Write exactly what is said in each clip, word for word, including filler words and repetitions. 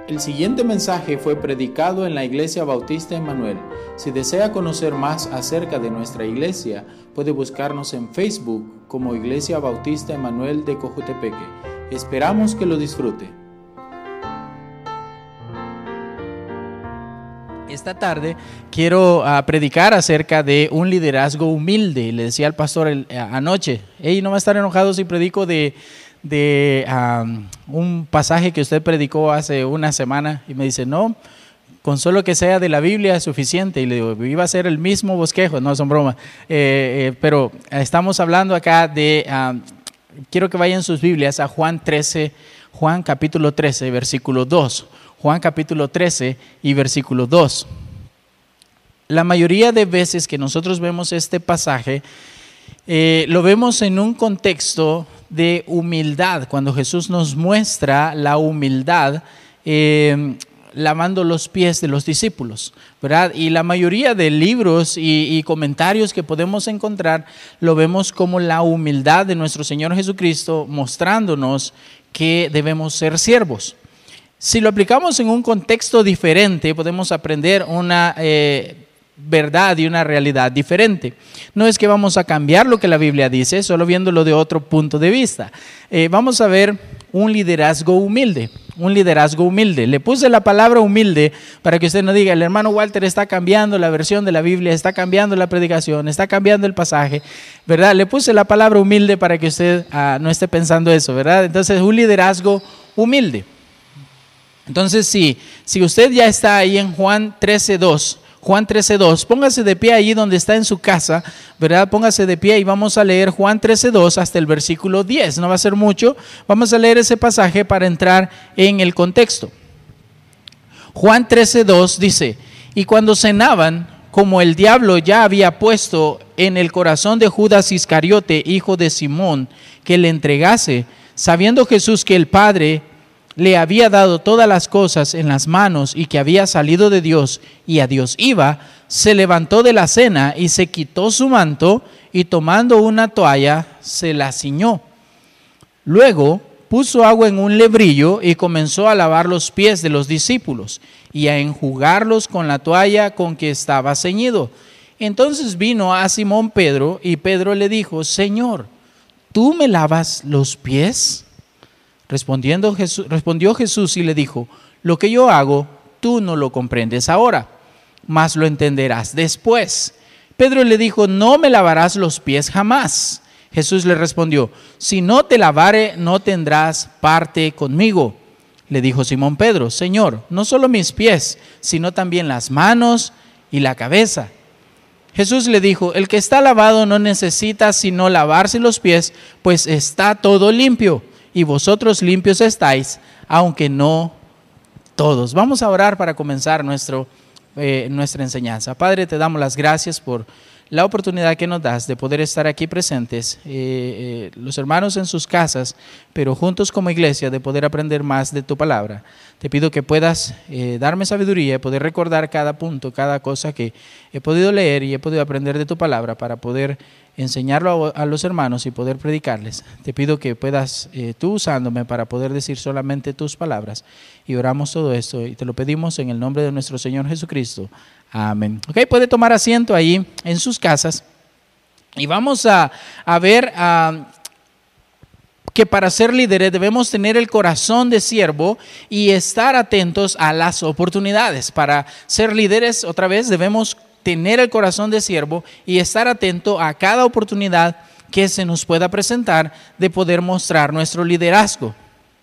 El siguiente mensaje fue predicado en la Iglesia Bautista Emmanuel. Si desea conocer más acerca de nuestra iglesia, puede buscarnos en Facebook como Iglesia Bautista Emmanuel de Cojutepeque. Esperamos que lo disfrute. Esta tarde quiero uh, predicar acerca de un liderazgo humilde. Le decía al pastor el, uh, anoche, hey, no va a estar enojado si predico de... de um, un pasaje que usted predicó hace una semana, y me dice, no, con solo que sea de la Biblia es suficiente. Y le digo, iba a ser el mismo bosquejo, no son bromas, eh, eh, pero estamos hablando acá de, um, quiero que vayan sus Biblias a Juan trece, Juan capítulo trece, versículo dos, Juan capítulo trece y versículo dos. La mayoría de veces que nosotros vemos este pasaje, eh, lo vemos en un contexto de humildad, cuando Jesús nos muestra la humildad eh, lavando los pies de los discípulos, ¿verdad? Y la mayoría de libros y, y comentarios que podemos encontrar lo vemos como la humildad de nuestro Señor Jesucristo, mostrándonos que debemos ser siervos. Si lo aplicamos en un contexto diferente, podemos aprender una eh, verdad y una realidad diferente. No es que vamos a cambiar lo que la Biblia dice, solo viéndolo de otro punto de vista. Eh, vamos a ver un liderazgo humilde, un liderazgo humilde. Le puse la palabra humilde para que usted no diga, el hermano Walter está cambiando la versión de la Biblia, está cambiando la predicación, está cambiando el pasaje, ¿verdad? Le puse la palabra humilde para que usted uh, no esté pensando eso, ¿verdad? Entonces, un liderazgo humilde. Entonces, si, si usted ya está ahí en Juan trece dos, Juan trece dos, póngase de pie allí donde está en su casa, ¿verdad? Póngase de pie y vamos a leer Juan trece dos hasta el versículo diez. No va a ser mucho, vamos a leer ese pasaje para entrar en el contexto. Juan trece dos dice, y cuando cenaban, como el diablo ya había puesto en el corazón de Judas Iscariote, hijo de Simón, que le entregase, sabiendo Jesús que el Padre le había dado todas las cosas en las manos y que había salido de Dios y a Dios iba, se levantó de la cena y se quitó su manto y tomando una toalla se la ciñó. Luego puso agua en un lebrillo y comenzó a lavar los pies de los discípulos y a enjugarlos con la toalla con que estaba ceñido. Entonces vino a Simón Pedro y Pedro le dijo, Señor, ¿tú me lavas los pies? Respondiendo Jesús, respondió Jesús y le dijo, lo que yo hago, tú no lo comprendes ahora, mas lo entenderás después. Pedro le dijo, no me lavarás los pies jamás. Jesús le respondió, si no te lavare, no tendrás parte conmigo. Le dijo Simón Pedro, Señor, no solo mis pies, sino también las manos y la cabeza. Jesús le dijo, el que está lavado no necesita sino lavarse los pies, pues está todo limpio. Y vosotros limpios estáis, aunque no todos. Vamos a orar para comenzar nuestro, eh, nuestra enseñanza. Padre, te damos las gracias por la oportunidad que nos das de poder estar aquí presentes, eh, eh, los hermanos en sus casas, pero juntos como iglesia, de poder aprender más de tu palabra. Te pido que puedas eh, darme sabiduría, poder recordar cada punto, cada cosa que he podido leer y he podido aprender de tu palabra para poder enseñarlo a, a los hermanos y poder predicarles. Te pido que puedas eh, tú usándome para poder decir solamente tus palabras. Y oramos todo esto y te lo pedimos en el nombre de nuestro Señor Jesucristo. Amén. Ok, puede tomar asiento ahí en sus casas y vamos a, a ver uh, que para ser líderes debemos tener el corazón de siervo y estar atentos a las oportunidades. Para ser líderes, otra vez, debemos tener el corazón de siervo y estar atento a cada oportunidad que se nos pueda presentar de poder mostrar nuestro liderazgo.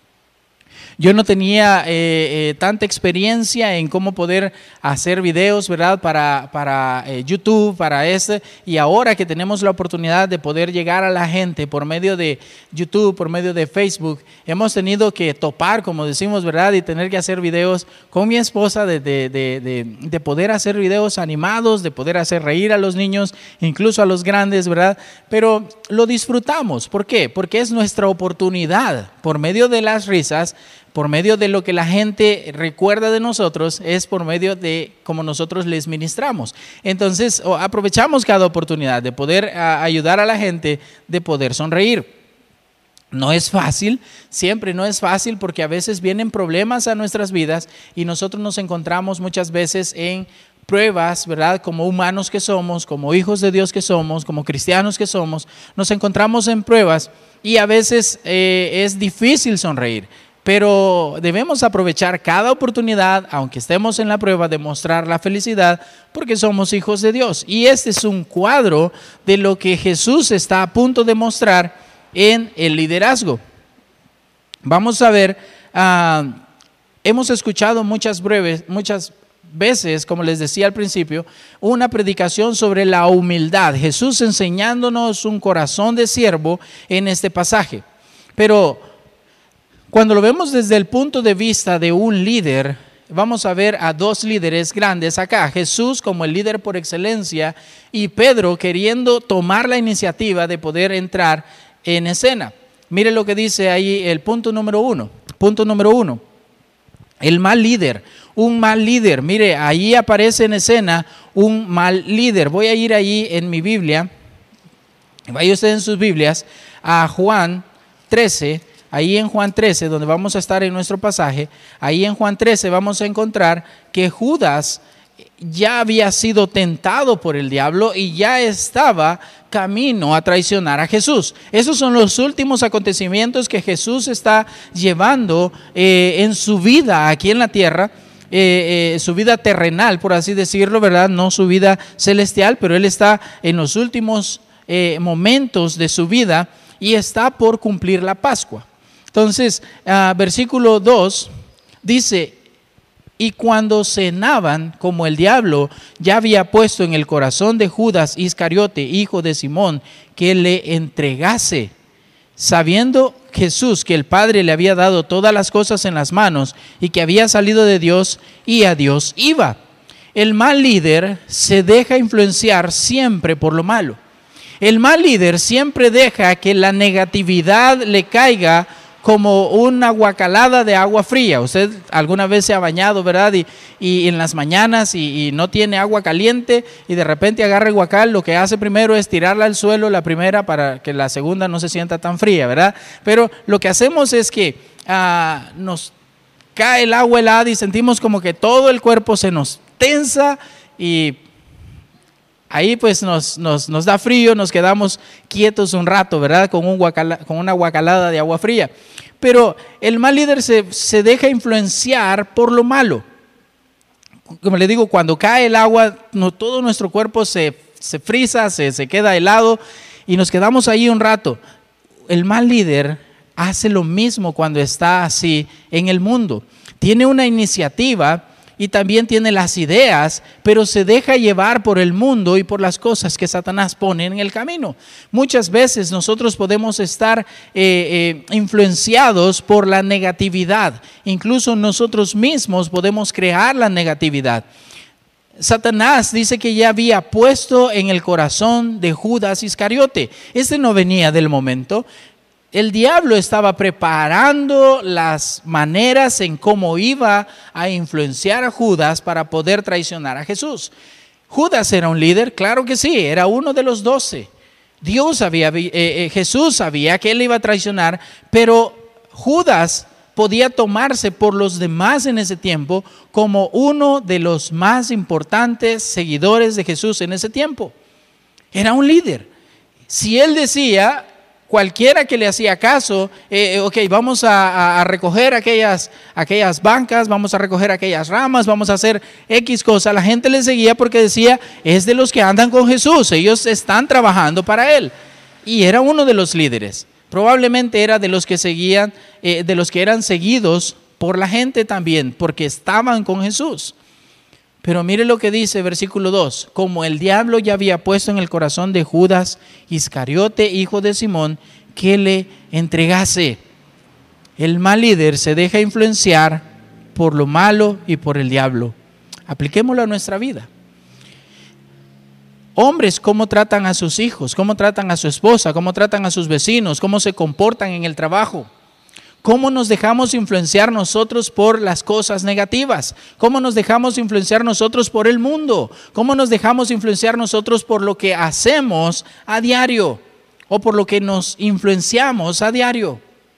Yo no tenía eh, eh, tanta experiencia en cómo poder hacer videos, ¿verdad? Para, para eh, YouTube, para este, y ahora que tenemos la oportunidad de poder llegar a la gente por medio de YouTube, por medio de Facebook, hemos tenido que topar, como decimos, ¿verdad? Y tener que hacer videos con mi esposa, de, de, de, de, de poder hacer videos animados, de poder hacer reír a los niños, incluso a los grandes, ¿verdad? Pero lo disfrutamos. ¿Por qué? Porque es nuestra oportunidad, por medio de las risas, por medio de lo que la gente recuerda de nosotros, es por medio de cómo nosotros les ministramos. Entonces, aprovechamos cada oportunidad de poder a, ayudar a la gente, de poder sonreír. No es fácil, siempre no es fácil, porque a veces vienen problemas a nuestras vidas y nosotros nos encontramos muchas veces en pruebas, ¿verdad? Como humanos que somos, como hijos de Dios que somos, como cristianos que somos, nos encontramos en pruebas y a veces eh, es difícil sonreír. Pero debemos aprovechar cada oportunidad, aunque estemos en la prueba, de mostrar la felicidad, porque somos hijos de Dios. Y este es un cuadro de lo que Jesús está a punto de mostrar en el liderazgo. Vamos a ver, uh, hemos escuchado muchas breves, muchas veces, como les decía al principio, una predicación sobre la humildad. Jesús enseñándonos un corazón de siervo en este pasaje. Pero cuando lo vemos desde el punto de vista de un líder, vamos a ver a dos líderes grandes acá. Jesús como el líder por excelencia y Pedro queriendo tomar la iniciativa de poder entrar en escena. Mire lo que dice ahí el punto número uno. Punto número uno. El mal líder. Un mal líder. Mire, ahí aparece en escena un mal líder. Voy a ir ahí en mi Biblia. Vaya usted en sus Biblias a Juan trece. Ahí en Juan trece, donde vamos a estar en nuestro pasaje. Ahí en Juan trece vamos a encontrar que Judas ya había sido tentado por el diablo y ya estaba camino a traicionar a Jesús. Esos son los últimos acontecimientos que Jesús está llevando eh, en su vida aquí en la tierra, eh, eh, su vida terrenal, por así decirlo, ¿verdad? No su vida celestial, pero Él está en los últimos eh, momentos de su vida y está por cumplir la Pascua. Entonces, uh, versículo dos dice: y cuando cenaban, como el diablo ya había puesto en el corazón de Judas Iscariote, hijo de Simón, que le entregase, sabiendo Jesús que el Padre le había dado todas las cosas en las manos y que había salido de Dios y a Dios iba. El mal líder se deja influenciar siempre por lo malo. El mal líder siempre deja que la negatividad le caiga como una guacalada de agua fría. Usted alguna vez se ha bañado, ¿verdad? Y, y en las mañanas y, y no tiene agua caliente y de repente agarra el guacal, lo que hace primero es tirarla al suelo, la primera, para que la segunda no se sienta tan fría, ¿verdad? Pero lo que hacemos es que uh, nos cae el agua helada y sentimos como que todo el cuerpo se nos tensa y ahí pues nos, nos, nos da frío, nos quedamos quietos un rato, ¿verdad? Con, un guacala, con una guacalada de agua fría. Pero el mal líder se, se deja influenciar por lo malo. Como le digo, cuando cae el agua, no, todo nuestro cuerpo se, se frisa, se, se queda helado y nos quedamos ahí un rato. El mal líder hace lo mismo cuando está así en el mundo. Tiene una iniciativa y también tiene las ideas, pero se deja llevar por el mundo y por las cosas que Satanás pone en el camino. Muchas veces nosotros podemos estar eh, eh, influenciados por la negatividad. Incluso nosotros mismos podemos crear la negatividad. Satanás dice que ya había puesto en el corazón de Judas Iscariote. Este no venía del momento. El diablo estaba preparando las maneras en cómo iba a influenciar a Judas para poder traicionar a Jesús. Judas era un líder, claro que sí, era uno de los doce. Dios sabía, eh, eh, Jesús sabía que él iba a traicionar, pero Judas podía tomarse por los demás en ese tiempo como uno de los más importantes seguidores de Jesús en ese tiempo. Era un líder. Si él decía, cualquiera que le hacía caso, eh, ok, vamos a, a recoger aquellas, aquellas bancas, vamos a recoger aquellas ramas, vamos a hacer X cosa, la gente le seguía porque decía, es de los que andan con Jesús, ellos están trabajando para Él. Y era uno de los líderes, probablemente era de los que seguían, eh, de los que eran seguidos por la gente también, porque estaban con Jesús. Pero mire lo que dice versículo dos, como el diablo ya había puesto en el corazón de Judas Iscariote, hijo de Simón, que le entregase. El mal líder se deja influenciar por lo malo y por el diablo. Apliquémoslo a nuestra vida. Hombres, ¿cómo tratan a sus hijos? ¿Cómo tratan a su esposa? ¿Cómo tratan a sus vecinos? ¿Cómo se comportan en el trabajo? ¿Cómo nos dejamos influenciar nosotros por las cosas negativas? ¿Cómo nos dejamos influenciar nosotros por el mundo? ¿Cómo nos dejamos influenciar nosotros por lo que hacemos a diario? o por lo que nos influenciamos a diario.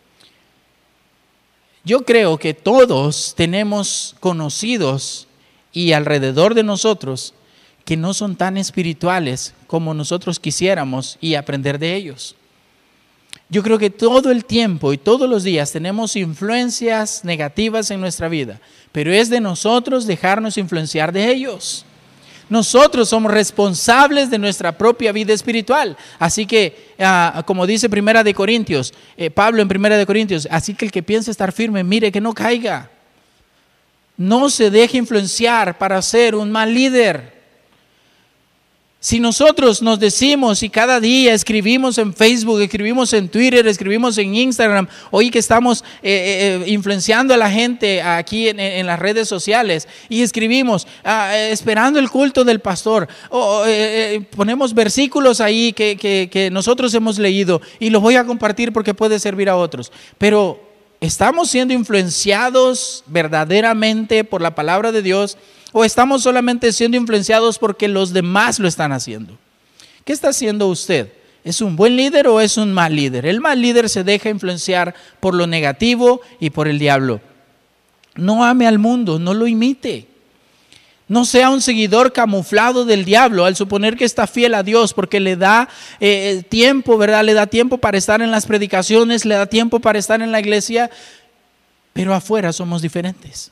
Yo creo que todos tenemos conocidos y alrededor de nosotros que no son tan espirituales como nosotros quisiéramos y aprender de ellos. Yo creo que todo el tiempo y todos los días tenemos influencias negativas en nuestra vida, pero es de nosotros dejarnos influenciar de ellos. Nosotros somos responsables de nuestra propia vida espiritual. Así que, uh, como dice Primera de Corintios, eh, Pablo en Primera de Corintios, así que el que piense estar firme, mire que no caiga. No se deje influenciar para ser un mal líder. Si nosotros nos decimos y cada día escribimos en Facebook, escribimos en Twitter, escribimos en Instagram, hoy que estamos eh, eh, influenciando a la gente aquí en, en las redes sociales y escribimos ah, esperando el culto del pastor, o eh, eh, ponemos versículos ahí que, que, que nosotros hemos leído y los voy a compartir porque puede servir a otros, pero ¿estamos siendo influenciados verdaderamente por la palabra de Dios? ¿O estamos solamente siendo influenciados porque los demás lo están haciendo? ¿Qué está haciendo usted? ¿Es un buen líder o es un mal líder? El mal líder se deja influenciar por lo negativo y por el diablo. No ame al mundo, no lo imite. No sea un seguidor camuflado del diablo al suponer que está fiel a Dios porque le da eh, tiempo, ¿verdad? Le da tiempo para estar en las predicaciones, le da tiempo para estar en la iglesia, pero afuera somos diferentes.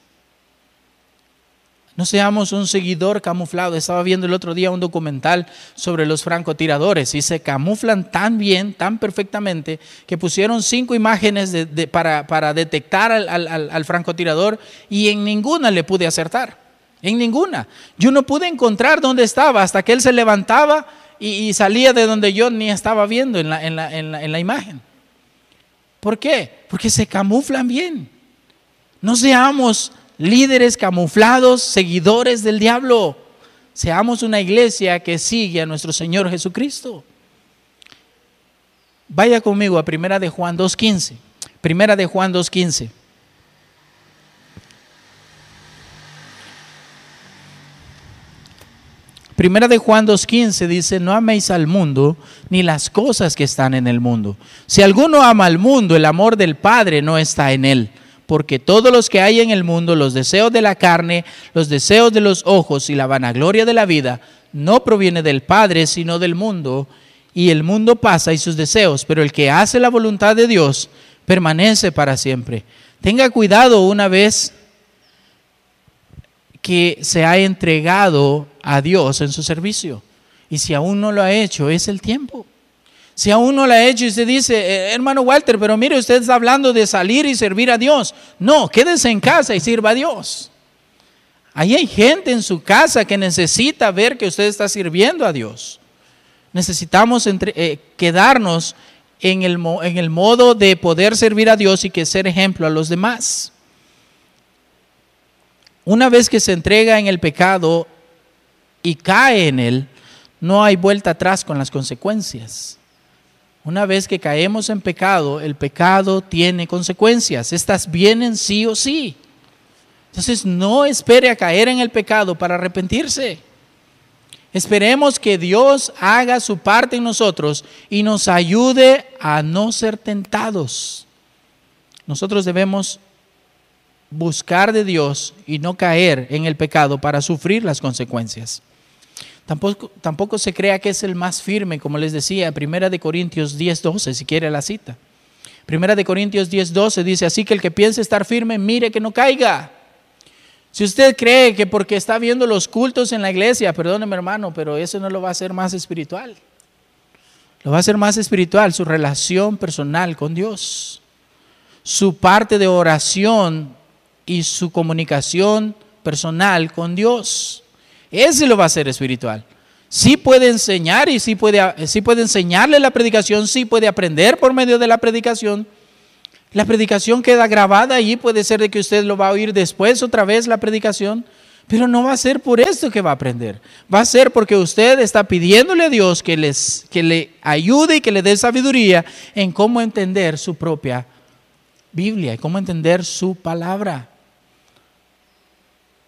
No seamos un seguidor camuflado. Estaba viendo el otro día un documental sobre los francotiradores y se camuflan tan bien, tan perfectamente, que pusieron cinco imágenes de, de, para, para detectar al, al, al francotirador y en ninguna le pude acertar. En ninguna. Yo no pude encontrar dónde estaba hasta que él se levantaba y, y salía de donde yo ni estaba viendo en la, en la, en la, en la imagen. ¿Por qué? Porque se camuflan bien. No seamos líderes camuflados, seguidores del diablo. Seamos una iglesia que sigue a nuestro Señor Jesucristo. Vaya conmigo a Primera de Juan dos quince. Primera de Juan dos quince. Primera de Juan dos quince dice: no améis al mundo ni las cosas que están en el mundo. Si alguno ama al mundo, el amor del Padre no está en él. Porque todos los que hay en el mundo, los deseos de la carne, los deseos de los ojos y la vanagloria de la vida, no proviene del Padre, sino del mundo. Y el mundo pasa y sus deseos, pero el que hace la voluntad de Dios permanece para siempre. Tenga cuidado una vez que se ha entregado a Dios en su servicio. Y si aún no lo ha hecho, es el tiempo. Si aún no lo ha hecho y usted dice, eh, hermano Walter, pero mire, usted está hablando de salir y servir a Dios. No, quédese en casa y sirva a Dios. Ahí hay gente en su casa que necesita ver que usted está sirviendo a Dios. Necesitamos entre, eh, quedarnos en el, en el modo de poder servir a Dios y que ser ejemplo a los demás. Una vez que se entrega en el pecado y cae en él, no hay vuelta atrás con las consecuencias. Una vez que caemos en pecado, el pecado tiene consecuencias. Estas vienen sí o sí. Entonces no espere a caer en el pecado para arrepentirse. Esperemos que Dios haga su parte en nosotros y nos ayude a no ser tentados. Nosotros debemos buscar de Dios y no caer en el pecado para sufrir las consecuencias. Tampoco, tampoco se crea que es el más firme, como les decía, Primera de Corintios diez doce, si quiere la cita. Primera de Corintios diez doce dice: así que el que piense estar firme, mire que no caiga. Si usted cree que porque está viendo los cultos en la iglesia, perdóneme hermano, pero eso no lo va a hacer más espiritual. Lo va a hacer más espiritual su relación personal con Dios, su parte de oración y su comunicación personal con Dios. Ese lo va a hacer espiritual. Sí puede enseñar y sí puede, sí puede enseñarle la predicación, sí puede aprender por medio de la predicación. La predicación queda grabada allí, puede ser de que usted lo va a oír después otra vez la predicación, pero no va a ser por esto que va a aprender. Va a ser porque usted está pidiéndole a Dios que, les, que le ayude y que le dé sabiduría en cómo entender su propia Biblia y cómo entender su palabra.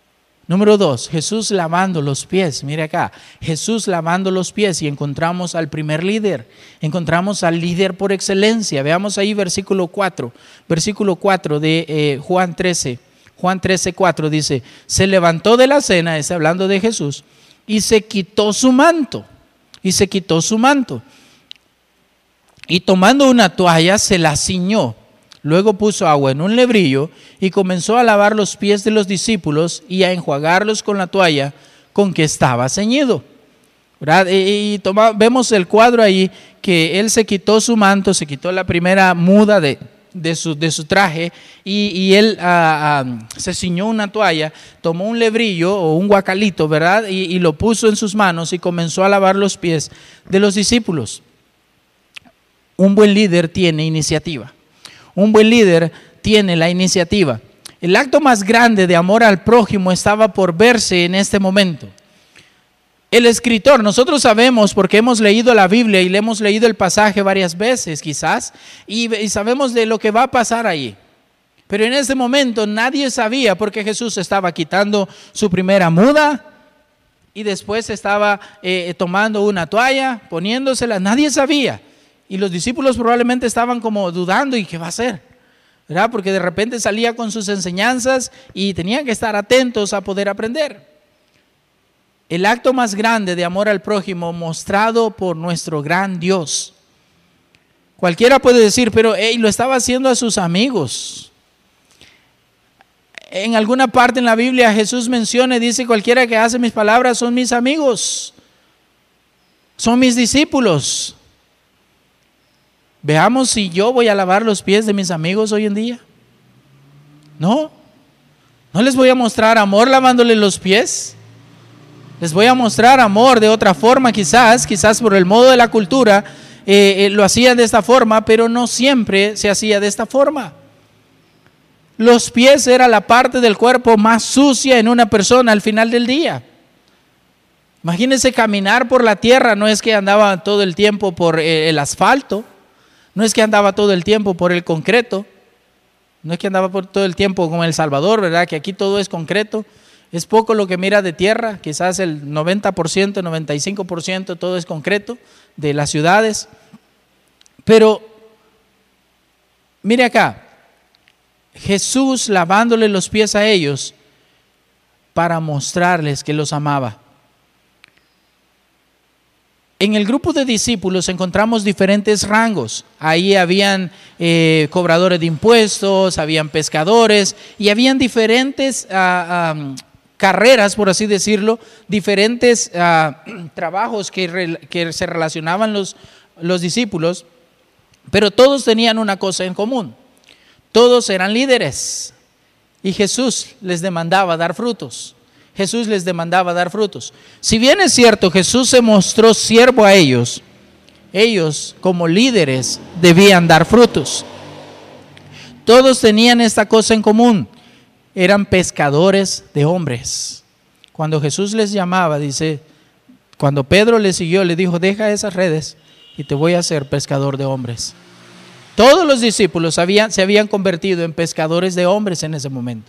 Número dos, Jesús lavando los pies. Mire acá, Jesús lavando los pies, y encontramos al primer líder, encontramos al líder por excelencia. Veamos ahí versículo cuatro, versículo cuatro de eh, Juan trece. Juan trece, cuatro dice, se levantó de la cena, está hablando de Jesús, y se quitó su manto, y se quitó su manto. Y tomando una toalla se la ciñó. Luego puso agua en un lebrillo y comenzó a lavar los pies de los discípulos y a enjuagarlos con la toalla con que estaba ceñido. ¿Verdad? Y, y toma, vemos el cuadro ahí que él se quitó su manto, se quitó la primera muda de, de, su, de su traje y, y él uh, uh, se ciñó una toalla, tomó un lebrillo o un guacalito, ¿verdad? Y, y lo puso en sus manos y comenzó a lavar los pies de los discípulos. Un buen líder tiene iniciativa. Un buen líder tiene la iniciativa. El acto más grande de amor al prójimo estaba por verse en este momento. El escritor, nosotros sabemos porque hemos leído la Biblia y le hemos leído el pasaje varias veces quizás, y, y sabemos de lo que va a pasar ahí. Pero en ese momento nadie sabía porque Jesús estaba quitando su primera muda y después estaba eh, tomando una toalla, poniéndosela, nadie sabía. Y los discípulos probablemente estaban como dudando, ¿y qué va a hacer? ¿Verdad? Porque de repente salía con sus enseñanzas y tenían que estar atentos a poder aprender. El acto más grande de amor al prójimo mostrado por nuestro gran Dios. Cualquiera puede decir, pero hey, lo estaba haciendo a sus amigos. En alguna parte en la Biblia Jesús menciona y dice, cualquiera que hace mis palabras son mis amigos, son mis discípulos. Veamos si yo voy a lavar los pies de mis amigos hoy en día. No, no les voy a mostrar amor lavándole los pies. Les voy a mostrar amor de otra forma quizás, quizás por el modo de la cultura eh, eh, lo hacían de esta forma, pero no siempre se hacía de esta forma. Los pies era la parte del cuerpo más sucia en una persona al final del día. Imagínense caminar por la tierra, no es que andaba todo el tiempo por eh, el asfalto. No es que andaba todo el tiempo por el concreto, no es que andaba por todo el tiempo como El Salvador, ¿verdad? Que aquí todo es concreto, es poco lo que mira de tierra, quizás el noventa por ciento, noventa y cinco por ciento todo es concreto de las ciudades. Pero mire acá, Jesús lavándole los pies a ellos para mostrarles que los amaba. En el grupo de discípulos encontramos diferentes rangos. Ahí habían eh, cobradores de impuestos, habían pescadores y habían diferentes uh, um, carreras, por así decirlo, diferentes uh, trabajos que, re, que se relacionaban los, los discípulos, pero todos tenían una cosa en común. Todos eran líderes y Jesús les demandaba dar frutos. Jesús les demandaba dar frutos. Si bien es cierto, Jesús se mostró siervo a ellos, ellos como líderes debían dar frutos. Todos tenían esta cosa en común, eran pescadores de hombres. Cuando Jesús les llamaba, dice, cuando Pedro le siguió, le dijo, deja esas redes y te voy a hacer pescador de hombres. Todos los discípulos habían, se habían convertido en pescadores de hombres en ese momento.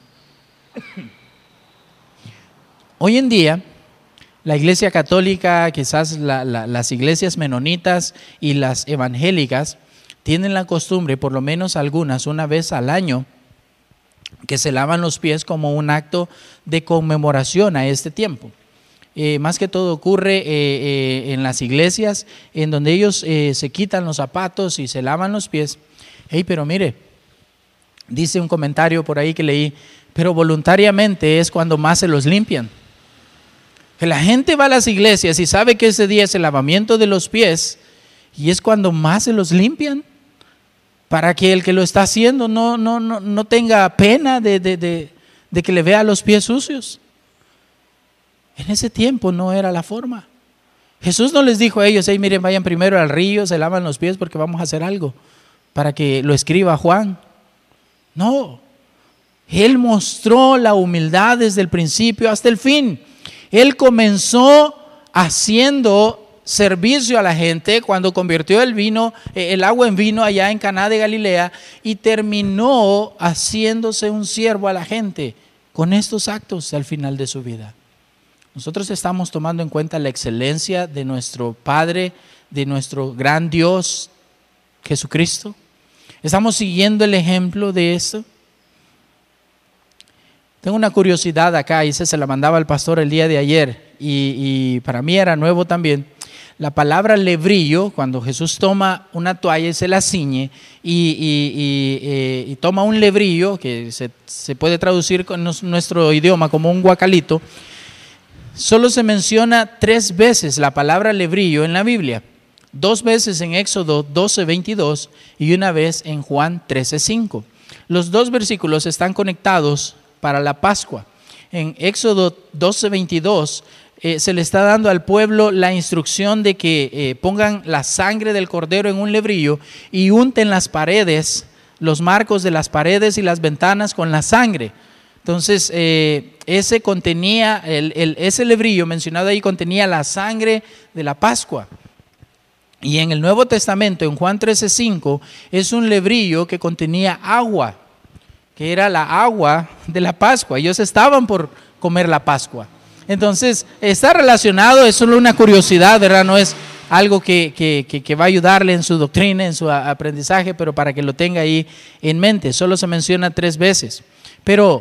Hoy en día, la iglesia católica, quizás la, la, las iglesias menonitas y las evangélicas, tienen la costumbre, por lo menos algunas, una vez al año, que se lavan los pies como un acto de conmemoración a este tiempo. Eh, más que todo ocurre eh, eh, en las iglesias, en donde ellos eh, se quitan los zapatos y se lavan los pies. Hey, pero mire, dice un comentario por ahí que leí, pero voluntariamente es cuando más se los limpian. Que la gente va a las iglesias y sabe que ese día es el lavamiento de los pies y es cuando más se los limpian para que el que lo está haciendo no, no, no, no tenga pena de, de, de, de que le vea los pies sucios. En ese tiempo no era la forma. Jesús no les dijo a ellos, hey, miren, vayan primero al río, se lavan los pies porque vamos a hacer algo para que lo escriba Juan. No, Él mostró la humildad desde el principio hasta el fin. Él comenzó haciendo servicio a la gente cuando convirtió el vino, el agua en vino allá en Caná de Galilea, y terminó haciéndose un siervo a la gente con estos actos al final de su vida. Nosotros estamos tomando en cuenta la excelencia de nuestro Padre, de nuestro gran Dios, Jesucristo. ¿Estamos siguiendo el ejemplo de eso? Tengo una curiosidad acá, y se la mandaba al pastor el día de ayer, y, y para mí era nuevo también. La palabra lebrillo, cuando Jesús toma una toalla y se la ciñe, y, y, y, eh, y toma un lebrillo, que se, se puede traducir con nuestro idioma como un guacalito, solo se menciona tres veces la palabra lebrillo en la Biblia. Dos veces en Éxodo doce veintidós y una vez en Juan trece cinco. Los dos versículos están conectados para la Pascua. En Éxodo doce veintidós eh, se le está dando al pueblo la instrucción de que eh, pongan la sangre del cordero en un lebrillo y unten las paredes, los marcos de las paredes y las ventanas con la sangre. Entonces, eh, ese contenía, el, el, ese lebrillo mencionado ahí contenía la sangre de la Pascua. Y en el Nuevo Testamento, en Juan trece cinco, es un lebrillo que contenía agua, que era la agua de la Pascua. Ellos estaban por comer la Pascua. Entonces, está relacionado, es solo una curiosidad, ¿verdad? No es algo que, que, que, que va a ayudarle en su doctrina, en su aprendizaje, pero para que lo tenga ahí en mente. Solo se menciona tres veces. Pero,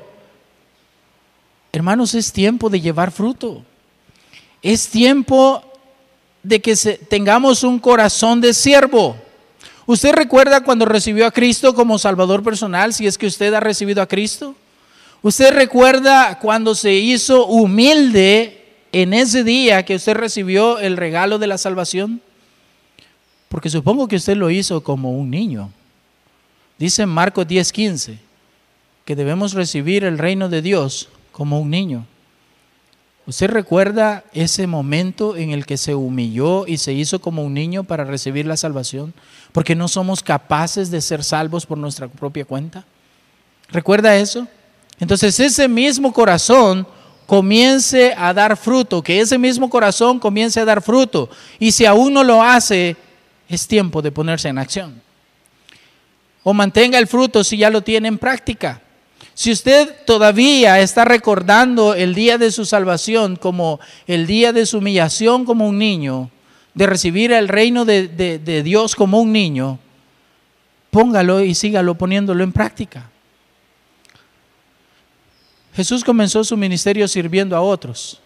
hermanos, es tiempo de llevar fruto. Es tiempo de que se, tengamos un corazón de siervo. ¿Usted recuerda cuando recibió a Cristo como Salvador personal, si es que usted ha recibido a Cristo? ¿Usted recuerda cuando se hizo humilde en ese día que usted recibió el regalo de la salvación? Porque supongo que usted lo hizo como un niño. Dice en Marcos diez quince que debemos recibir el reino de Dios como un niño. ¿Usted recuerda ese momento en el que se humilló y se hizo como un niño para recibir la salvación? Porque no somos capaces de ser salvos por nuestra propia cuenta. ¿Recuerda eso? Entonces ese mismo corazón comience a dar fruto, que ese mismo corazón comience a dar fruto. Y si aún no lo hace, es tiempo de ponerse en acción. O mantenga el fruto si ya lo tiene en práctica. Si usted todavía está recordando el día de su salvación como el día de su humillación como un niño, de recibir el reino de, de, de Dios como un niño, póngalo y sígalo poniéndolo en práctica. Jesús comenzó su ministerio sirviendo a otros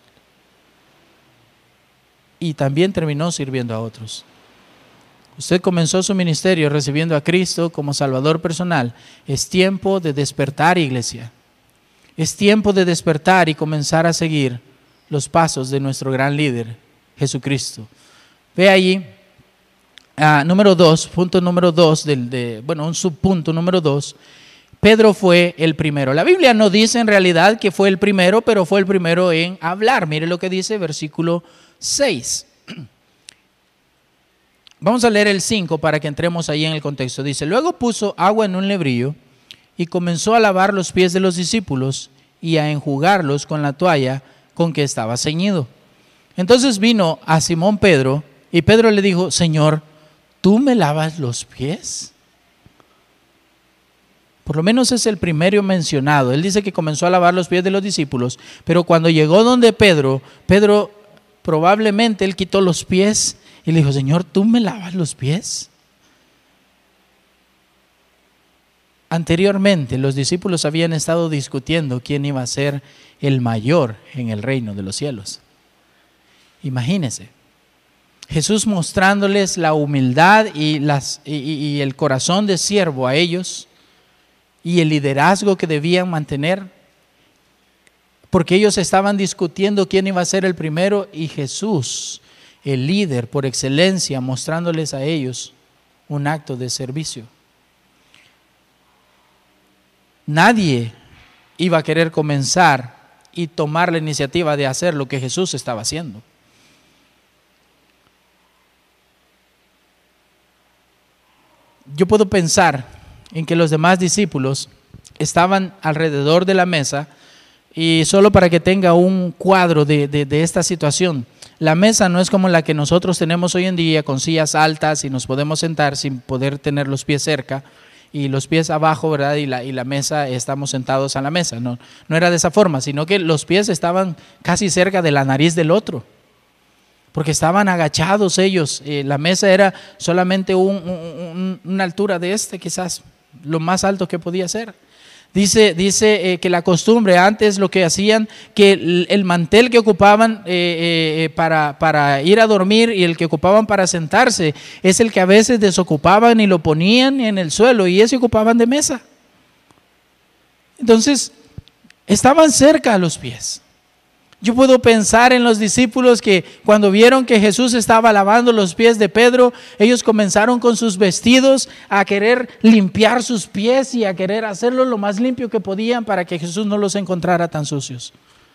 y también terminó sirviendo a otros. Usted comenzó su ministerio recibiendo a Cristo como Salvador personal. Es tiempo de despertar, iglesia. Es tiempo de despertar y comenzar a seguir los pasos de nuestro gran líder, Jesucristo. Ve allí, uh, número dos, punto número dos, del, de, bueno, un subpunto número dos. Pedro fue el primero. La Biblia no dice en realidad que fue el primero, pero fue el primero en hablar. Mire lo que dice versículo seis. Vamos a leer el cinco para que entremos ahí en el contexto. Dice, luego puso agua en un lebrillo y comenzó a lavar los pies de los discípulos y a enjugarlos con la toalla con que estaba ceñido. Entonces vino a Simón Pedro y Pedro le dijo, Señor, ¿tú me lavas los pies? Por lo menos es el primero mencionado. Él dice que comenzó a lavar los pies de los discípulos, pero cuando llegó donde Pedro, Pedro probablemente él quitó los pies y le dijo, Señor, ¿tú me lavas los pies? Anteriormente los discípulos habían estado discutiendo quién iba a ser el mayor en el reino de los cielos. Imagínense, Jesús mostrándoles la humildad y, las, y, y el corazón de siervo a ellos y el liderazgo que debían mantener, porque ellos estaban discutiendo quién iba a ser el primero y Jesús, el líder por excelencia, mostrándoles a ellos un acto de servicio. Nadie iba a querer comenzar y tomar la iniciativa de hacer lo que Jesús estaba haciendo. Yo puedo pensar en que los demás discípulos estaban alrededor de la mesa y solo para que tenga un cuadro de, de, de esta situación, la mesa no es como la que nosotros tenemos hoy en día con sillas altas y nos podemos sentar sin poder tener los pies cerca y los pies abajo, ¿verdad? Y la, y la mesa, estamos sentados a la mesa. No, no era de esa forma, sino que los pies estaban casi cerca de la nariz del otro, porque estaban agachados ellos. Eh, la mesa era solamente un, un, una altura de este, quizás lo más alto que podía ser. Dice, dice eh, que la costumbre antes lo que hacían, que el, el mantel que ocupaban eh, eh, para, para ir a dormir y el que ocupaban para sentarse es el que a veces desocupaban y lo ponían en el suelo, y ese ocupaban de mesa. Entonces estaban cerca a los pies. Yo puedo pensar en los discípulos que cuando vieron que Jesús estaba lavando los pies de Pedro, ellos comenzaron con sus vestidos a querer limpiar sus pies y a querer hacerlo lo más limpio que podían para que Jesús no los encontrara tan sucios.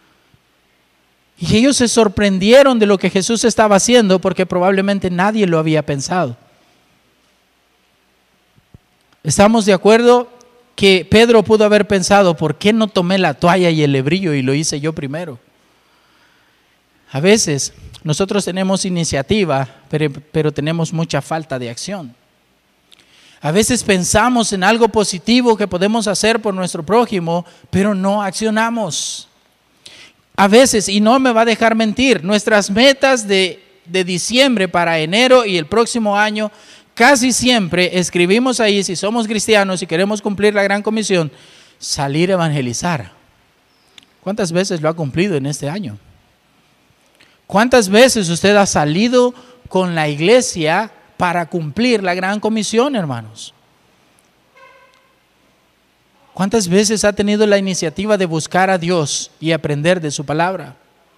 Y ellos se sorprendieron de lo que Jesús estaba haciendo, porque probablemente nadie lo había pensado. ¿Estamos de acuerdo que Pedro pudo haber pensado, ¿por qué no tomé la toalla y el lebrillo y lo hice yo primero? A veces nosotros tenemos iniciativa, pero, pero tenemos mucha falta de acción. A veces pensamos en algo positivo que podemos hacer por nuestro prójimo, pero no accionamos. A veces, y no me va a dejar mentir, nuestras metas de, de diciembre para enero y el próximo año, casi siempre escribimos ahí, si somos cristianos y queremos cumplir la gran comisión, salir a evangelizar. ¿Cuántas veces lo ha cumplido en este año? ¿Cuántas veces usted ha salido con la iglesia para cumplir la gran comisión, hermanos? ¿Cuántas veces ha tenido la iniciativa de buscar a Dios y aprender de su palabra?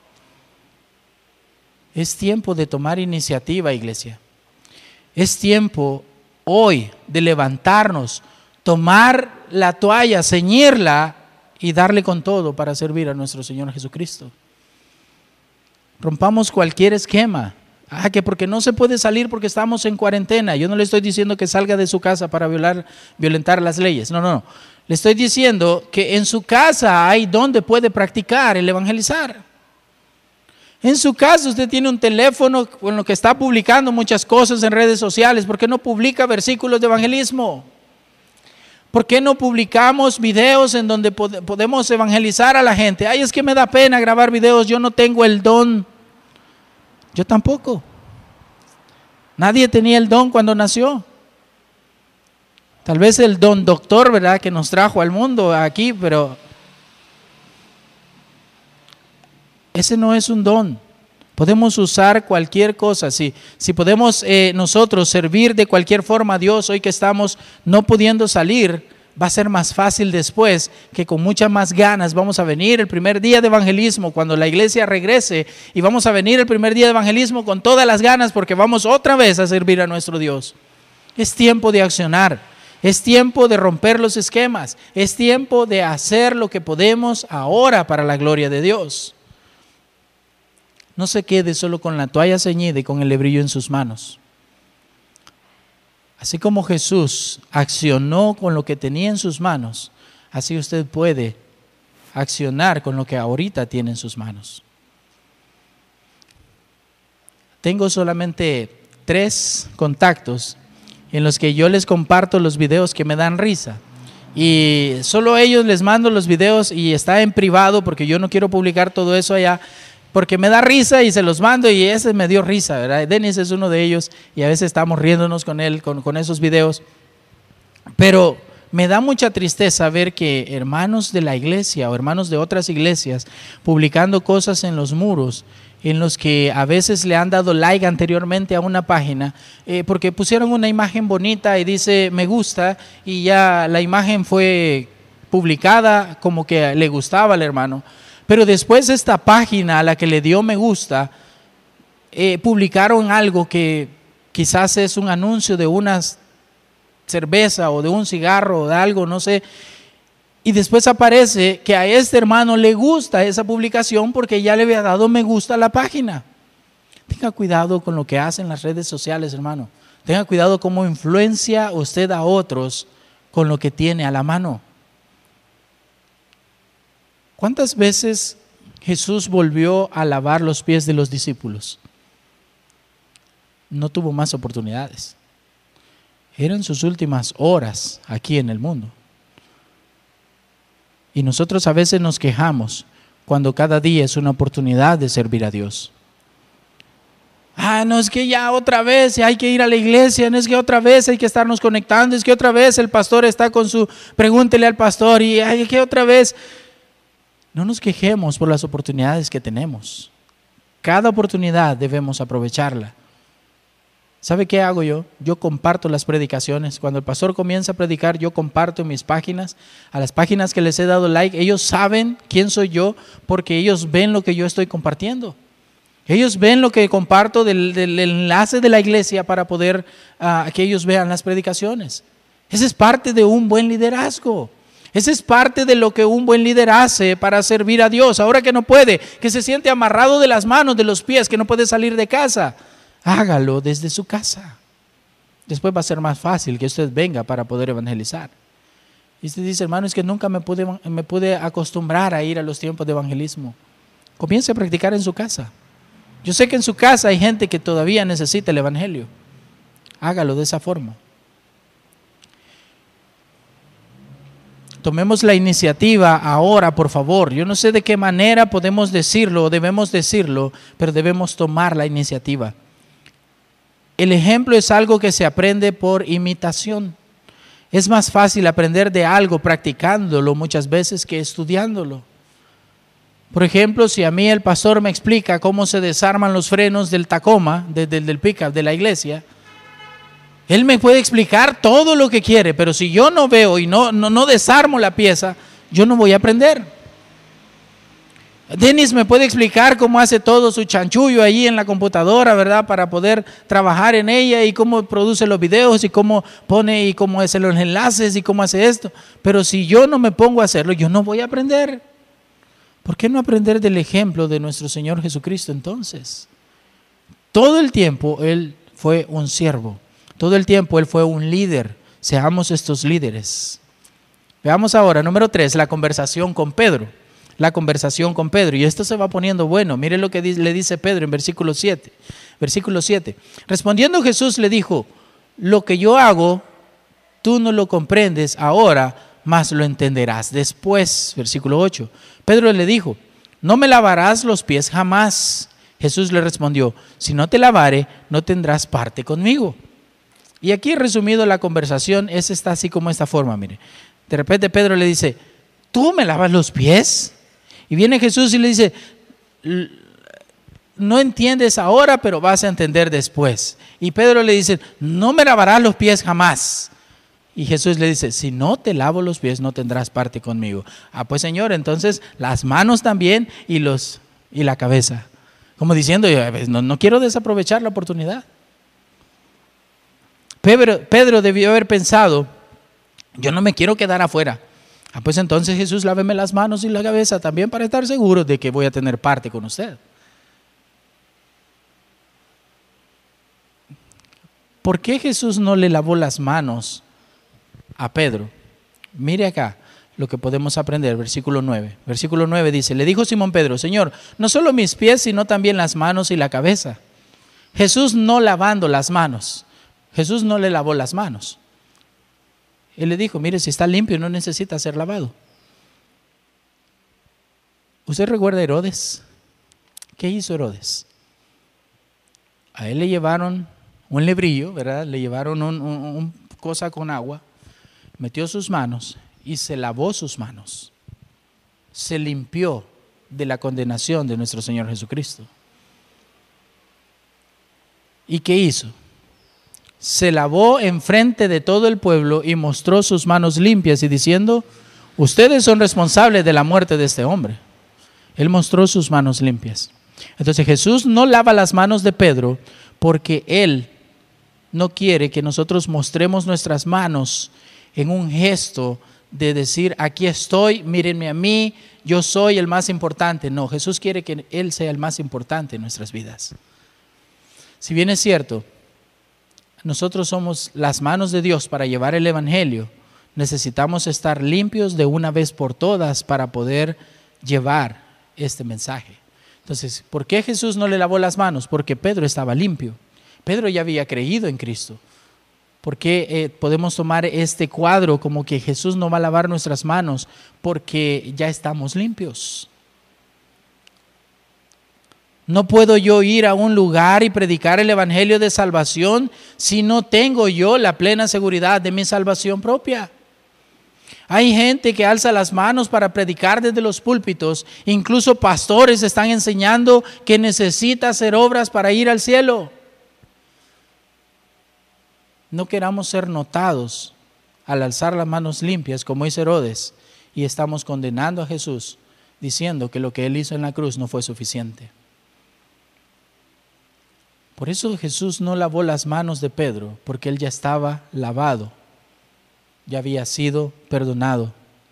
Es tiempo de tomar iniciativa, iglesia. Es tiempo hoy de levantarnos, tomar la toalla, ceñirla y darle con todo para servir a nuestro Señor Jesucristo. Rompamos cualquier esquema. Ah, que porque no se puede salir porque estamos en cuarentena. Yo no le estoy diciendo que salga de su casa para violar, violentar las leyes. No, no, no. Le estoy diciendo que en su casa hay donde puede practicar el evangelizar. En su casa usted tiene un teléfono con lo que está publicando muchas cosas en redes sociales. ¿Por qué no publica versículos de evangelismo? ¿Por qué no publicamos videos en donde pod- podemos evangelizar a la gente? Ay, es que me da pena grabar videos, yo no tengo el don. Yo tampoco. Nadie tenía el don cuando nació. Tal vez el don doctor, ¿verdad?, que nos trajo al mundo aquí, pero ese no es un don. Podemos usar cualquier cosa. Si, si podemos eh, nosotros servir de cualquier forma a Dios hoy que estamos no pudiendo salir, va a ser más fácil después, que con muchas más ganas vamos a venir el primer día de evangelismo cuando la iglesia regrese, y vamos a venir el primer día de evangelismo con todas las ganas porque vamos otra vez a servir a nuestro Dios. Es tiempo de accionar, es tiempo de romper los esquemas, es tiempo de hacer lo que podemos ahora para la gloria de Dios. No se quede solo con la toalla ceñida y con el lebrillo en sus manos. Así como Jesús accionó con lo que tenía en sus manos, así usted puede accionar con lo que ahorita tiene en sus manos. Tengo solamente tres contactos en los que yo les comparto los videos que me dan risa. Y solo a ellos les mando los videos y está en privado porque yo no quiero publicar todo eso allá, porque me da risa y se los mando, y ese me dio risa, ¿verdad? Dennis es uno de ellos y a veces estamos riéndonos con él, con, con esos videos. Pero me da mucha tristeza ver que hermanos de la iglesia o hermanos de otras iglesias publicando cosas en los muros en los que a veces le han dado like anteriormente a una página eh, porque pusieron una imagen bonita y dice me gusta, y ya la imagen fue publicada como que le gustaba al hermano. Pero después esta página a la que le dio me gusta, eh, publicaron algo que quizás es un anuncio de una cerveza o de un cigarro o de algo, no sé. Y después aparece que a este hermano le gusta esa publicación porque ya le había dado me gusta a la página. Tenga cuidado con lo que hacen las redes sociales, hermano. Tenga cuidado cómo influencia usted a otros con lo que tiene a la mano. ¿Cuántas veces Jesús volvió a lavar los pies de los discípulos? No tuvo más oportunidades. Eran sus últimas horas aquí en el mundo. Y nosotros a veces nos quejamos cuando cada día es una oportunidad de servir a Dios. Ah, no, es que ya otra vez hay que ir a la iglesia, no es que otra vez hay que estarnos conectando, es que otra vez el pastor está con su, pregúntele al pastor y hay que otra vez. No nos quejemos por las oportunidades que tenemos. Cada oportunidad debemos aprovecharla. ¿Sabe qué hago yo? Yo comparto las predicaciones. Cuando el pastor comienza a predicar, yo comparto en mis páginas. A las páginas que les he dado like, ellos saben quién soy yo porque ellos ven lo que yo estoy compartiendo. Ellos ven lo que comparto del, del enlace de la iglesia para poder uh, que ellos vean las predicaciones. Esa es parte de un buen liderazgo. Esa es parte de lo que un buen líder hace para servir a Dios. Ahora que no puede, que se siente amarrado de las manos, de los pies, que no puede salir de casa, hágalo desde su casa. Después va a ser más fácil que usted venga para poder evangelizar. Y usted dice, hermano, es que nunca me pude, me pude acostumbrar a ir a los tiempos de evangelismo. Comience a practicar en su casa. Yo sé que en su casa hay gente que todavía necesita el evangelio. Hágalo de esa forma. Tomemos la iniciativa ahora, por favor. Yo no sé de qué manera podemos decirlo o debemos decirlo, pero debemos tomar la iniciativa. El ejemplo es algo que se aprende por imitación. Es más fácil aprender de algo practicándolo muchas veces que estudiándolo. Por ejemplo, si a mí el pastor me explica cómo se desarman los frenos del Tacoma, de, de, del pickup de la iglesia, él me puede explicar todo lo que quiere, pero si yo no veo y no, no, no desarmo la pieza, yo no voy a aprender. Dennis me puede explicar cómo hace todo su chanchullo ahí en la computadora, ¿verdad? Para poder trabajar en ella y cómo produce los videos y cómo pone y cómo hace los enlaces y cómo hace esto. Pero si yo no me pongo a hacerlo, yo no voy a aprender. ¿Por qué no aprender del ejemplo de nuestro Señor Jesucristo entonces? Todo el tiempo Él fue un siervo. Todo el tiempo Él fue un líder. Seamos estos líderes. Veamos ahora, número tres, la conversación con Pedro. La conversación con Pedro. Y esto se va poniendo bueno. Mire lo que le dice Pedro en versículo siete. Versículo siete. Respondiendo Jesús le dijo, lo que yo hago, tú no lo comprendes ahora, mas lo entenderás después. Versículo ocho. Pedro le dijo, no me lavarás los pies jamás. Jesús le respondió, si no te lavare, no tendrás parte conmigo. Y aquí resumido la conversación, es está así como esta forma, mire. De repente Pedro le dice, ¿tú me lavas los pies? Y viene Jesús y le dice, no entiendes ahora, pero vas a entender después. Y Pedro le dice, no me lavarás los pies jamás. Y Jesús le dice, si no te lavo los pies, no tendrás parte conmigo. Ah, pues Señor, entonces las manos también y, los, y la cabeza. Como diciendo, no, no quiero desaprovechar la oportunidad. Pedro, Pedro debió haber pensado, yo no me quiero quedar afuera. Ah, pues entonces Jesús, láveme las manos y la cabeza también para estar seguro de que voy a tener parte con usted. ¿Por qué Jesús no le lavó las manos a Pedro? Mire acá lo que podemos aprender, versículo nueve. Versículo nueve dice, le dijo Simón Pedro, Señor, no solo mis pies, sino también las manos y la cabeza. Jesús no lavando las manos. Jesús no le lavó las manos. Él le dijo, mire, si está limpio no necesita ser lavado. ¿Usted recuerda a Herodes? ¿Qué hizo Herodes? A él le llevaron un lebrillo, ¿verdad? Le llevaron un, un, un cosa con agua, metió sus manos y se lavó sus manos. Se limpió de la condenación de nuestro Señor Jesucristo. ¿Y qué hizo? Se lavó enfrente de todo el pueblo y mostró sus manos limpias y diciendo, ustedes son responsables de la muerte de este hombre. Él mostró sus manos limpias. Entonces Jesús no lava las manos de Pedro porque Él no quiere que nosotros mostremos nuestras manos en un gesto de decir, aquí estoy, mírenme a mí, yo soy el más importante. No, Jesús quiere que Él sea el más importante en nuestras vidas. Si bien es cierto, nosotros somos las manos de Dios para llevar el evangelio, necesitamos estar limpios de una vez por todas para poder llevar este mensaje. Entonces, ¿por qué Jesús no le lavó las manos? Porque Pedro estaba limpio. Pedro ya había creído en Cristo. ¿Por qué eh, podemos tomar este cuadro como que Jesús no va a lavar nuestras manos? Porque ya estamos limpios. No puedo yo ir a un lugar y predicar el evangelio de salvación si no tengo yo la plena seguridad de mi salvación propia. Hay gente que alza las manos para predicar desde los púlpitos. Incluso pastores están enseñando que necesita hacer obras para ir al cielo. No queramos ser notados al alzar las manos limpias como hizo Herodes y estamos condenando a Jesús diciendo que lo que él hizo en la cruz no fue suficiente. Por eso Jesús no lavó las manos de Pedro, porque él ya estaba lavado, ya había sido perdonado.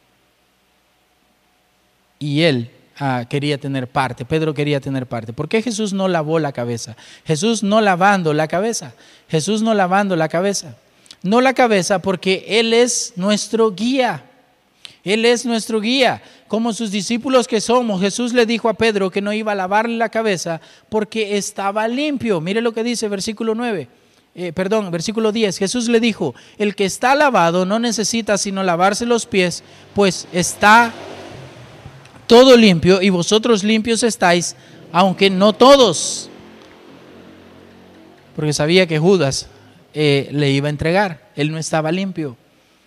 Y él ah, quería tener parte, Pedro quería tener parte. ¿Por qué Jesús no lavó la cabeza? Jesús no lavando la cabeza, Jesús no lavando la cabeza. No la cabeza porque Él es nuestro guía. Él es nuestro guía. Como sus discípulos que somos, Jesús le dijo a Pedro que no iba a lavarle la cabeza porque estaba limpio. Mire lo que dice versículo nueve, eh, perdón, versículo diez. Jesús le dijo, el que está lavado no necesita sino lavarse los pies, pues está todo limpio y vosotros limpios estáis, aunque no todos. Porque sabía que Judas eh, le iba a entregar, él no estaba limpio.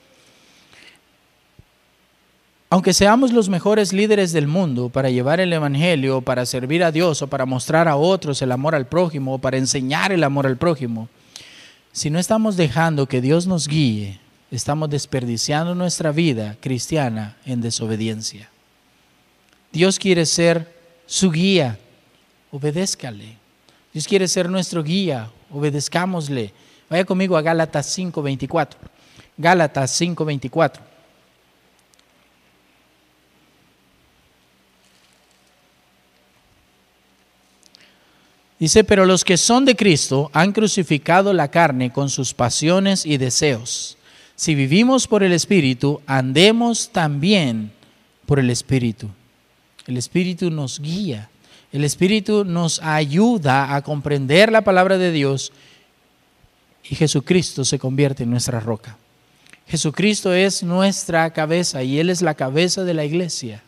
Aunque seamos los mejores líderes del mundo para llevar el evangelio, para servir a Dios o para mostrar a otros el amor al prójimo o para enseñar el amor al prójimo, si no estamos dejando que Dios nos guíe, estamos desperdiciando nuestra vida cristiana en desobediencia. Dios quiere ser su guía, obedézcale. Dios quiere ser nuestro guía, obedezcámosle. Vaya conmigo a Gálatas cinco veinticuatro. Gálatas cinco veinticuatro. Dice, pero los que son de Cristo han crucificado la carne con sus pasiones y deseos. Si vivimos por el Espíritu, andemos también por el Espíritu. El Espíritu nos guía. El Espíritu nos ayuda a comprender la palabra de Dios y Jesucristo se convierte en nuestra roca. Jesucristo es nuestra cabeza y Él es la cabeza de la iglesia.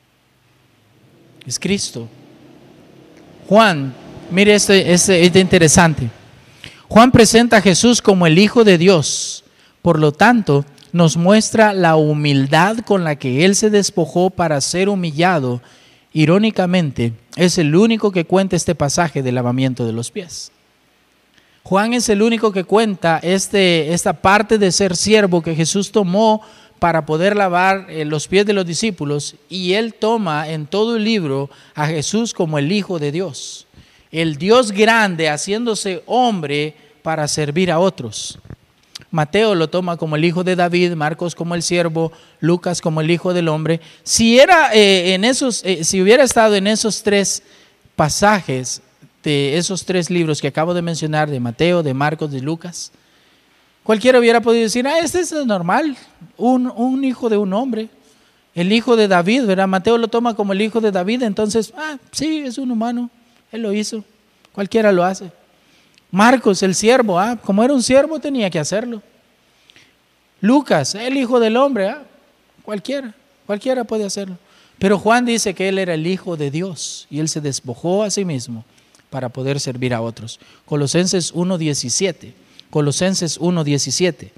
Es Cristo. Juan, mire este, este, este interesante. Juan presenta a Jesús como el Hijo de Dios. Por lo tanto, nos muestra la humildad con la que Él se despojó para ser humillado. Irónicamente, es el único que cuenta este pasaje del lavamiento de los pies. Juan es el único que cuenta este, esta parte de ser siervo que Jesús tomó para poder lavar eh, los pies de los discípulos, y él toma en todo el libro a Jesús como el Hijo de Dios, el Dios grande haciéndose hombre para servir a otros. Mateo lo toma como el hijo de David, Marcos como el siervo, Lucas como el hijo del hombre. Si era eh, en esos, eh, si hubiera estado en esos tres pasajes de esos tres libros que acabo de mencionar, de Mateo, de Marcos, de Lucas, cualquiera hubiera podido decir, ah, este es normal, un, un hijo de un hombre, el hijo de David, ¿verdad? Mateo lo toma como el hijo de David, entonces, ah, sí, es un humano, él lo hizo, cualquiera lo hace. Marcos, el siervo, ah, como era un siervo tenía que hacerlo. Lucas, el hijo del hombre, ah, cualquiera, cualquiera puede hacerlo. Pero Juan dice que él era el Hijo de Dios y él se despojó a sí mismo para poder servir a otros. Colosenses uno diecisiete. Colosenses uno diecisiete.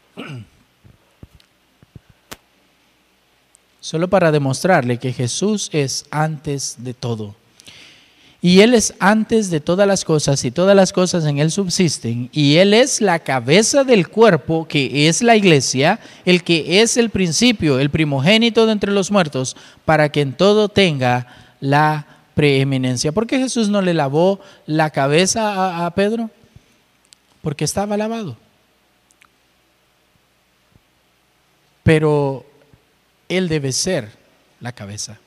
Solo para demostrarle que Jesús es antes de todo. Y Él es antes de todas las cosas y todas las cosas en Él subsisten. Y Él es la cabeza del cuerpo que es la iglesia, el que es el principio, el primogénito de entre los muertos, para que en todo tenga la preeminencia. ¿Por qué Jesús no le lavó la cabeza a, a Pedro? Porque estaba lavado. Pero Él debe ser la cabeza.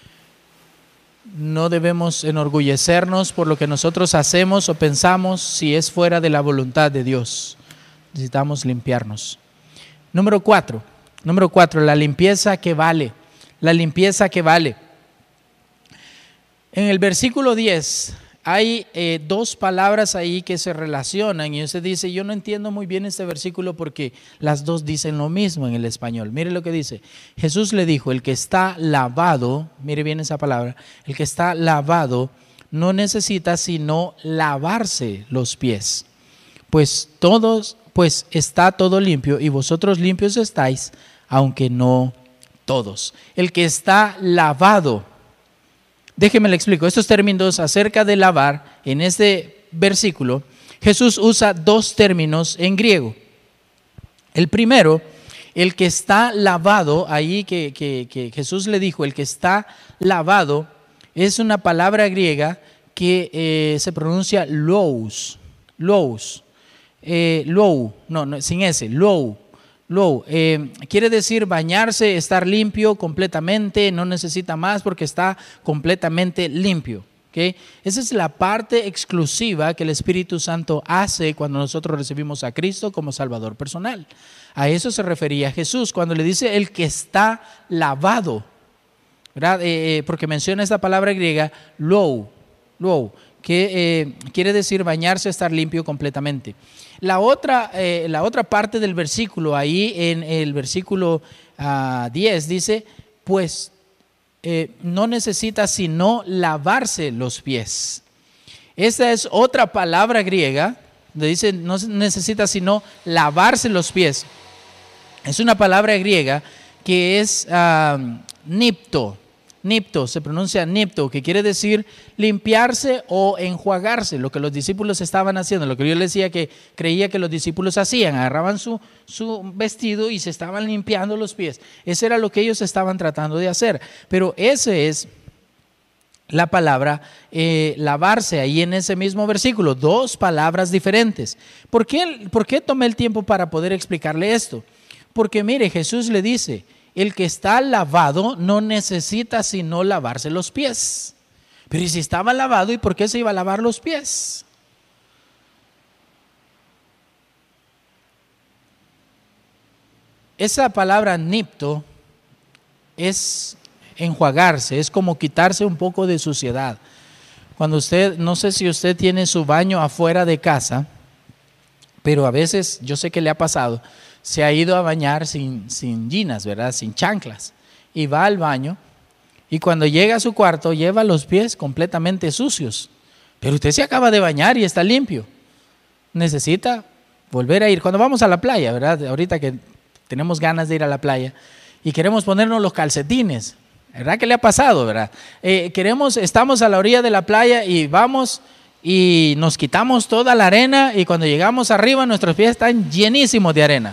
No debemos enorgullecernos por lo que nosotros hacemos o pensamos si es fuera de la voluntad de Dios. Necesitamos limpiarnos. Número cuatro. Número cuatro, la limpieza que vale. La limpieza que vale. En el versículo diez hay eh, dos palabras ahí que se relacionan y usted dice, yo no entiendo muy bien este versículo porque las dos dicen lo mismo en el español. Mire lo que dice. Jesús le dijo, el que está lavado, mire bien esa palabra, el que está lavado no necesita sino lavarse los pies. Pues todos, pues está todo limpio y vosotros limpios estáis, aunque no todos. El que está lavado. Déjeme le explico, estos términos acerca de lavar, en este versículo, Jesús usa dos términos en griego. El primero, el que está lavado, ahí que, que, que Jesús le dijo, el que está lavado, es una palabra griega que eh, se pronuncia lous, lous, eh, lou, no, no, sin ese, lou. Low, eh, quiere decir bañarse, estar limpio completamente, no necesita más porque está completamente limpio. ¿Okay? Esa es la parte exclusiva que el Espíritu Santo hace cuando nosotros recibimos a Cristo como Salvador personal. A eso se refería Jesús cuando le dice el que está lavado, ¿verdad? Eh, eh, porque menciona esta palabra griega, low, low, que eh, quiere decir bañarse, estar limpio completamente. La otra, eh, la otra parte del versículo, ahí en el versículo uh, diez, dice, pues eh, no necesita sino lavarse los pies. Esa es otra palabra griega, donde dice no necesita sino lavarse los pies. Es una palabra griega que es uh, nipto. Nipto, se pronuncia nipto, que quiere decir limpiarse o enjuagarse, lo que los discípulos estaban haciendo, lo que yo les decía que creía que los discípulos hacían, agarraban su, su vestido y se estaban limpiando los pies. Eso era lo que ellos estaban tratando de hacer, pero ese es la palabra eh, lavarse ahí en ese mismo versículo, dos palabras diferentes. ¿Por qué, por qué tomé el tiempo para poder explicarle esto? Porque mire, Jesús le dice, el que está lavado no necesita sino lavarse los pies. Pero ¿y si estaba lavado, y por qué se iba a lavar los pies? Esa palabra nipto es enjuagarse, es como quitarse un poco de suciedad. Cuando usted, no sé si usted tiene su baño afuera de casa, pero a veces, yo sé que le ha pasado, se ha ido a bañar sin, sin ginas, ¿verdad? Sin chanclas. Y va al baño y cuando llega a su cuarto lleva los pies completamente sucios. Pero usted se acaba de bañar y está limpio. Necesita volver a ir. Cuando vamos a la playa, ¿verdad? Ahorita que tenemos ganas de ir a la playa y queremos ponernos los calcetines, ¿verdad? ¿Qué le ha pasado, verdad? Eh, queremos, estamos a la orilla de la playa y vamos y nos quitamos toda la arena y cuando llegamos arriba nuestros pies están llenísimos de arena.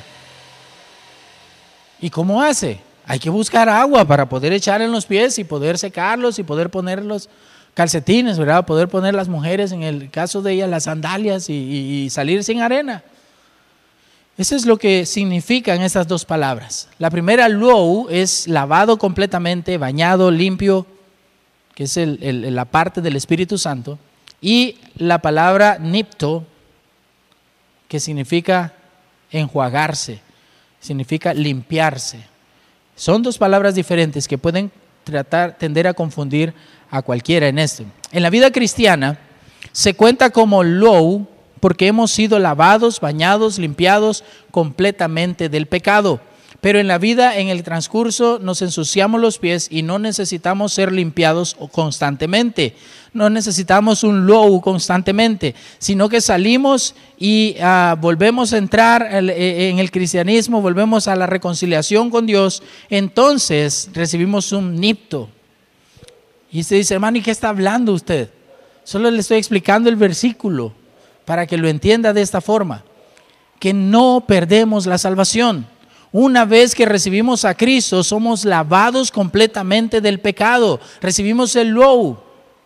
¿Y cómo hace? Hay que buscar agua para poder echar en los pies y poder secarlos y poder poner los calcetines, ¿verdad? Poder poner las mujeres, en el caso de ellas, las sandalias y, y, y salir sin arena. Eso es lo que significan estas dos palabras. La primera, lou, es lavado completamente, bañado, limpio, que es el, el, la parte del Espíritu Santo. Y la palabra nipto, que significa enjuagarse, significa limpiarse. Son dos palabras diferentes que pueden tratar, tender a confundir a cualquiera en esto. En la vida cristiana se cuenta como lou porque hemos sido lavados, bañados, limpiados completamente del pecado. Pero en la vida, en el transcurso, nos ensuciamos los pies y no necesitamos ser limpiados constantemente. No necesitamos un lou constantemente, sino que salimos y uh, volvemos a entrar en el cristianismo, volvemos a la reconciliación con Dios. Entonces recibimos un nipto. Y usted dice, hermano, ¿y qué está hablando usted? Solo le estoy explicando el versículo para que lo entienda de esta forma. Que no perdemos la salvación. Una vez que recibimos a Cristo, somos lavados completamente del pecado. Recibimos el lou.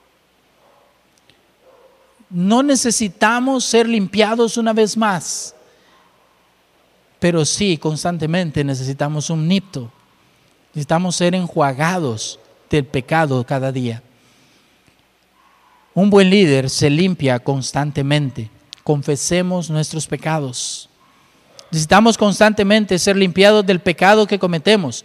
No necesitamos ser limpiados una vez más, pero sí, constantemente necesitamos un nipto. Necesitamos ser enjuagados del pecado cada día. Un buen líder se limpia constantemente. Confesemos nuestros pecados. Necesitamos constantemente ser limpiados del pecado que cometemos,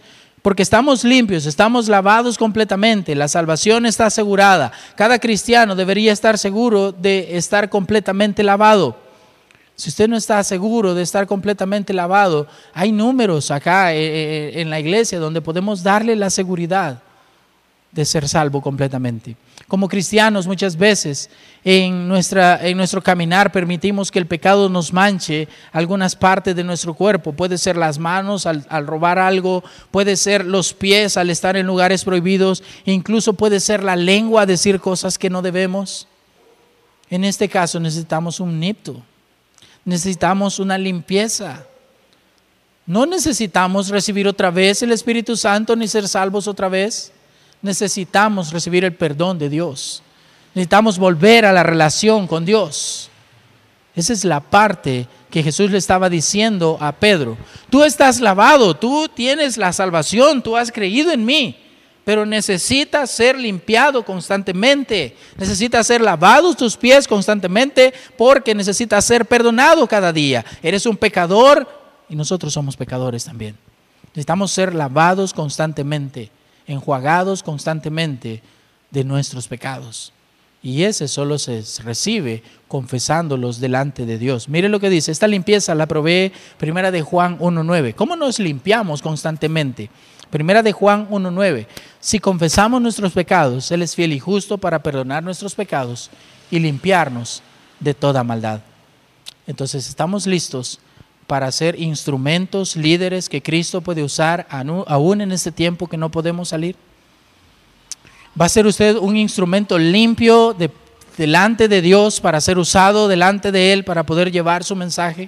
porque estamos limpios, estamos lavados completamente, la salvación está asegurada. Cada cristiano debería estar seguro de estar completamente lavado. Si usted no está seguro de estar completamente lavado, hay números acá eh, en la iglesia donde podemos darle la seguridad de ser salvo completamente. Como cristianos muchas veces en, nuestra, en nuestro caminar permitimos que el pecado nos manche algunas partes de nuestro cuerpo. Puede ser las manos al, al robar algo, puede ser los pies al estar en lugares prohibidos, incluso puede ser la lengua a decir cosas que no debemos. En este caso necesitamos un nipto, necesitamos una limpieza. No necesitamos recibir otra vez el Espíritu Santo ni ser salvos otra vez. Necesitamos recibir el perdón de Dios. Necesitamos volver a la relación con Dios. Esa es la parte que Jesús le estaba diciendo a Pedro. Tú estás lavado, tú tienes la salvación, tú has creído en mí, pero necesitas ser limpiado constantemente. Necesitas ser lavados tus pies constantemente porque necesitas ser perdonado cada día. Eres un pecador y nosotros somos pecadores también. Necesitamos ser lavados constantemente, enjuagados constantemente de nuestros pecados. Y ese solo se recibe confesándolos delante de Dios. Mire lo que dice, esta limpieza la provee Primera de Juan uno nueve. ¿Cómo nos limpiamos constantemente? Primera de Juan uno nueve. Si confesamos nuestros pecados, Él es fiel y justo para perdonar nuestros pecados y limpiarnos de toda maldad. Entonces estamos listos para ser instrumentos, líderes que Cristo puede usar aún en este tiempo que no podemos salir. ¿Va a ser usted un instrumento limpio de, delante de Dios para ser usado delante de Él para poder llevar su mensaje?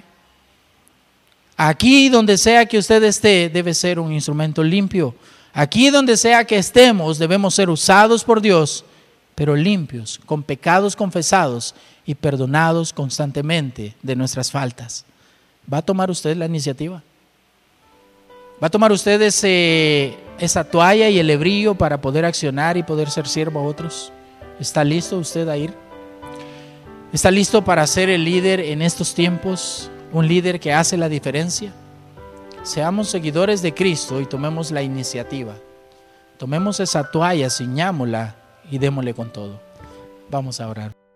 Aquí donde sea que usted esté debe ser un instrumento limpio. Aquí donde sea que estemos debemos ser usados por Dios, pero limpios, con pecados confesados y perdonados constantemente de nuestras faltas. ¿Va a tomar usted la iniciativa? ¿Va a tomar usted ese, esa toalla y el hebrillo para poder accionar y poder ser siervo a otros? ¿Está listo usted a ir? ¿Está listo para ser el líder en estos tiempos? Un líder que hace la diferencia. Seamos seguidores de Cristo y tomemos la iniciativa. Tomemos esa toalla, ciñámosla y démosle con todo. Vamos a orar.